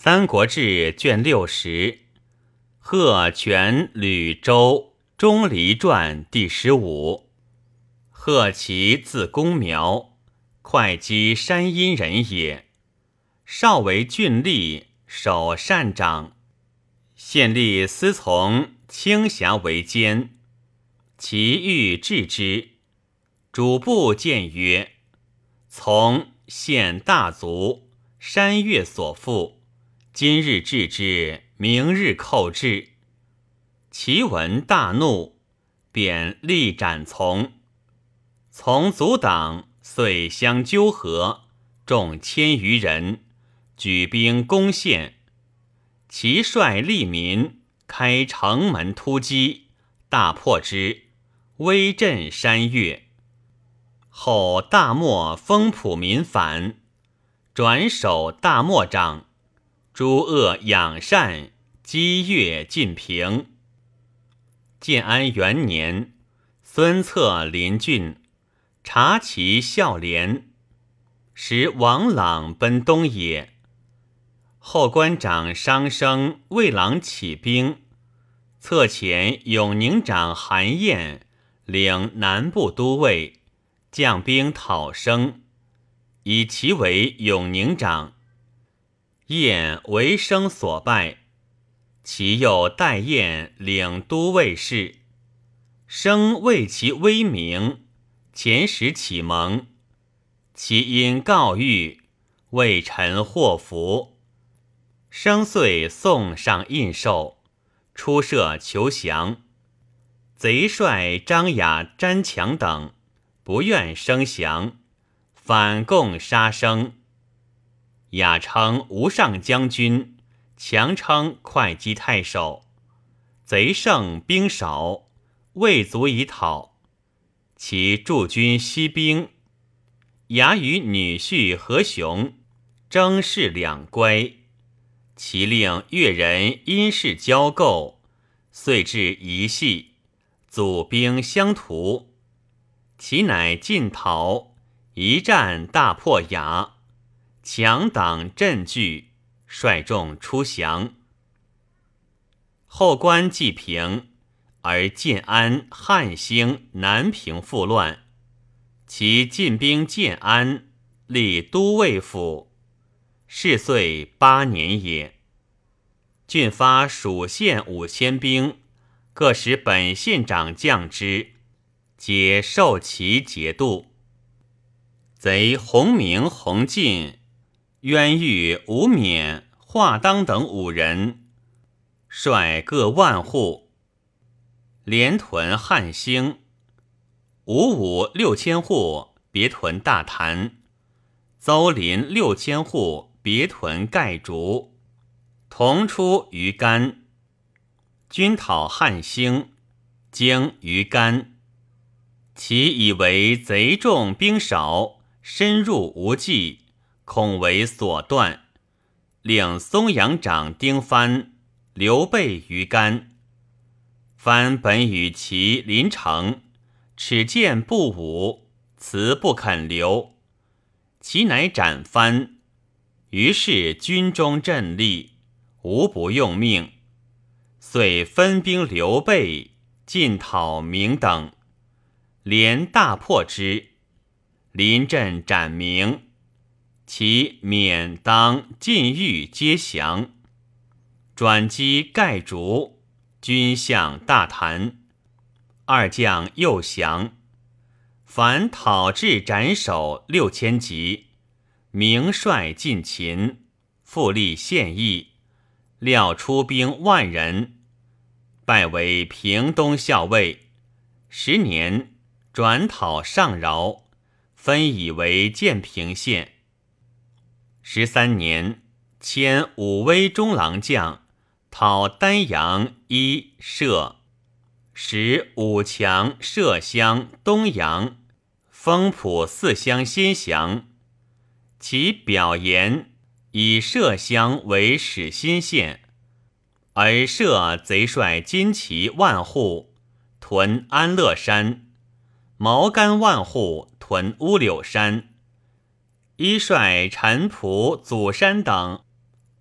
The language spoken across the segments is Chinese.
三国志》卷60，贺全吕州钟离传第15。贺齐字公苗，会稽山阴人也。少为郡吏，守善长。县吏司从卿侠为监，其欲治之。主簿谏曰：从献大族，山岳所负，今日治之，明日寇至。其闻大怒，便力斩从。从阻挡，遂相纠合，众1000余人，举兵攻县。其率吏民开城门突击，大破之，威震山岳。后大漠封普民反，转守大漠长。诸恶养善，积越尽平。建安元年，孙策临郡，察其孝廉。时王朗奔东野，后官长商生、魏郎起兵。策遣永宁长韩彦领南部都尉，将兵讨生，以其为永宁长。彦为生所败，其又代彦领都尉事。生为其威名，遣使启蒙。其因告谕，为臣获服。生遂送上印绶，出舍求降。贼帅张雅、詹强等不愿生降，反共杀生。雅称吴上将军，强称会稽太守。贼胜兵少，未足以讨。其驻军西兵。雅与女婿何雄争势两乖，其令越人因事交构，遂至一系，阻兵相屠。其乃进讨，一战大破雅。强党震惧，率众出降。后官既平，而建安、汉兴、南平复乱。其进兵建安，立都尉府，是岁8年也。郡发属县5000兵，各使本县长将之，皆受其节度。贼洪明、洪进、渊玉、吴勉、华当等5人，率各万户，连屯汉兴。吴武6000户，别屯大潭；邹林6000户，别屯盖竹。同出于干。军讨汉兴，经于干。其以为贼众兵少，深入无计，恐为所断，令松阳长丁蕃、刘备于干。蕃本与其临城，耻见不武，辞不肯留。其乃斩蕃，于是军中震栗，无不用命。遂分兵刘备，进讨明等，连大破之。临阵斩明，其免当晋豫皆降。转击盖竹，军向大潭。2将又降。凡讨至斩首6000级，明率进秦，复立县邑，料出兵10000人，拜为平东校尉。10年，转讨上饶，分以为建平县。13年，迁武威中郎将，讨丹阳、沂、使武强、麝乡、东阳、丰浦4乡先降。其表言以麝乡为始新县，而麝贼率金旗万户，屯安乐山；毛干万户，屯乌柳山。一率陈仆、祖山等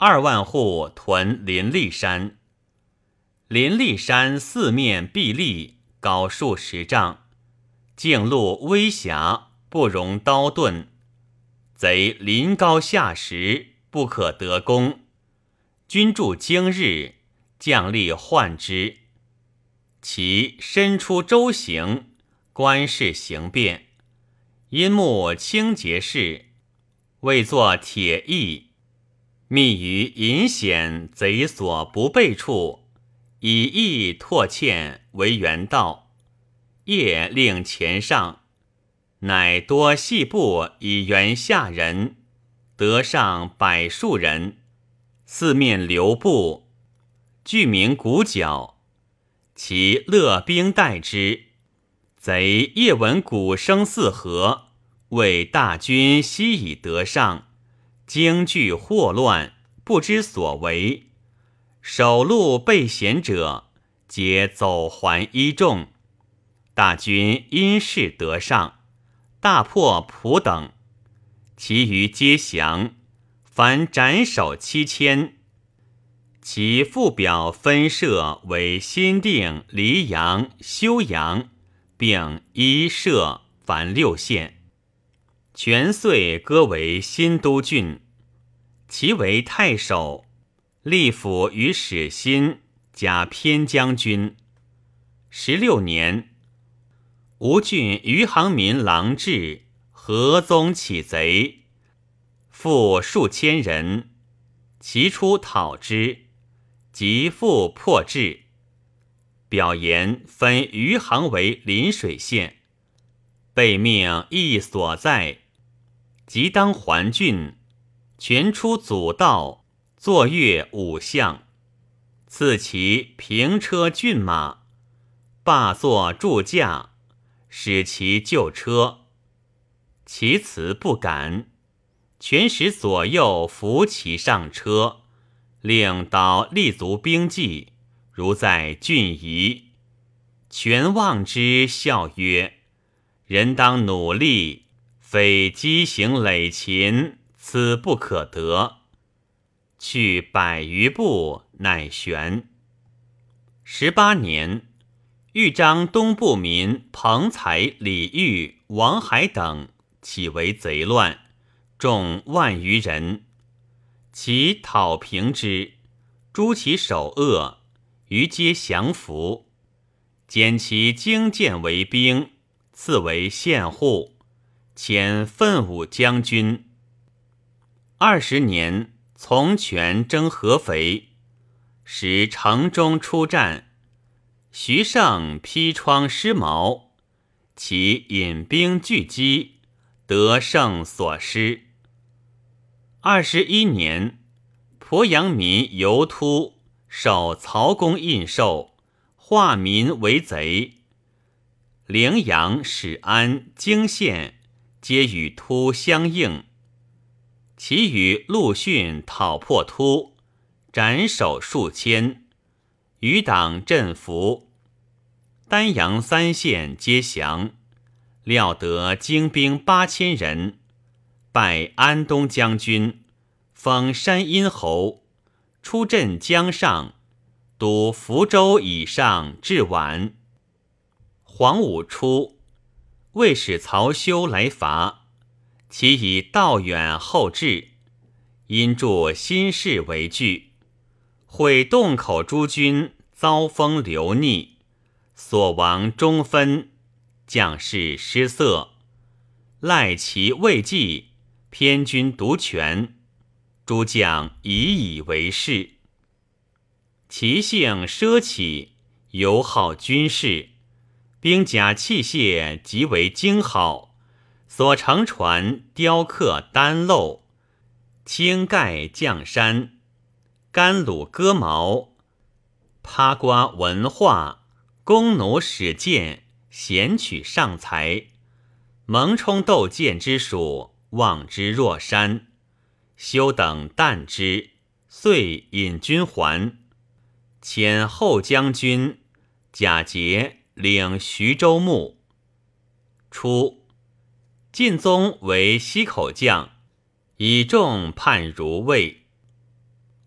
2万户屯林立山。林立山四面壁立，高数10丈，径路微狭，不容刀盾。贼临高下石，不可得攻。军驻经日，将吏患之。其身出周行，官事行变。因慕清节事，为作铁翼，密于隐险贼所不备处，以义拓堑为原道。业令前上，乃多细部以援下人，得上100数人。四面留步，具名鼓角。其勒兵待之，贼夜闻鼓声四合，谓大军悉已得上，惊惧祸乱，不知所为。守路备险者，皆走还依众。大军因势得上，大破蒲等，其余皆降，凡斩首7000。其副表分社为新定、黎阳、休阳，并一社，凡6县。全岁割为新都郡。其为太守，吏府与始新，加偏将军。16年，吴郡余杭民郎志合宗起贼，复数千人，其出讨之，即复破至。表言分余杭为临水县，被命役所在，即当还郡，全出祖道，坐阅5相，赐其平车骏马，罢作助驾，使其就车。其辞不敢，全使左右扶其上车，令导立足兵计，如在郡夷。全望之，笑曰：人当努力，非积行累勤，此不可得。去100余步，乃旋。18年，豫章东部民彭才、李煜、王海等起为贼乱，众万余人。其讨平之，诛其首恶，余皆降服。减其精剑为兵，赐为县户，迁奋武将军。20年，从权征合肥，时城中出战，徐盛披疮失矛，其引兵拒击，得胜所失。21年，鄱阳民游突，受曹公印绶，化民为贼。陵阳、始安、泾县皆与突相应。其与陆逊讨破突，斩首数千，余党振服。丹阳3县皆降，料得精兵8000人，拜安东将军，封山阴侯，出镇江上，督福州以上至皖。黄武初，魏使曹休来伐，其以道远后至，因助新市为据，会洞口诸军遭风流逆，所亡中分，将士失色，赖其未济，偏军独权，诸将以为事。其性奢侈，尤好军事，兵甲器械极为精好，所乘船雕刻丹漏，青盖绛山，甘鲁戈矛，趴瓜文化，弓弩使箭，衔取上才。蒙冲斗箭之属，望之若山。休等啖之，遂引军还。遣后将军贾节领徐州牧。初，晋宗为西口将，以众叛如魏。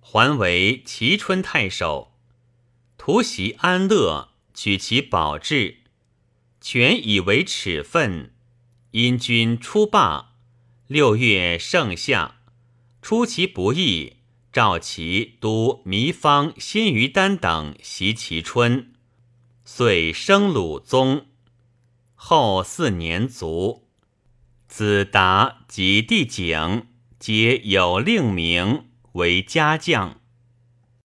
还为齐春太守。突袭安乐，取其宝志，权以为耻分。因君出罢，6月盛夏，出其不意，召其督糜芳、辛于丹等袭其春，遂生鲁宗。后4年卒。子达及弟景皆有令名为家将。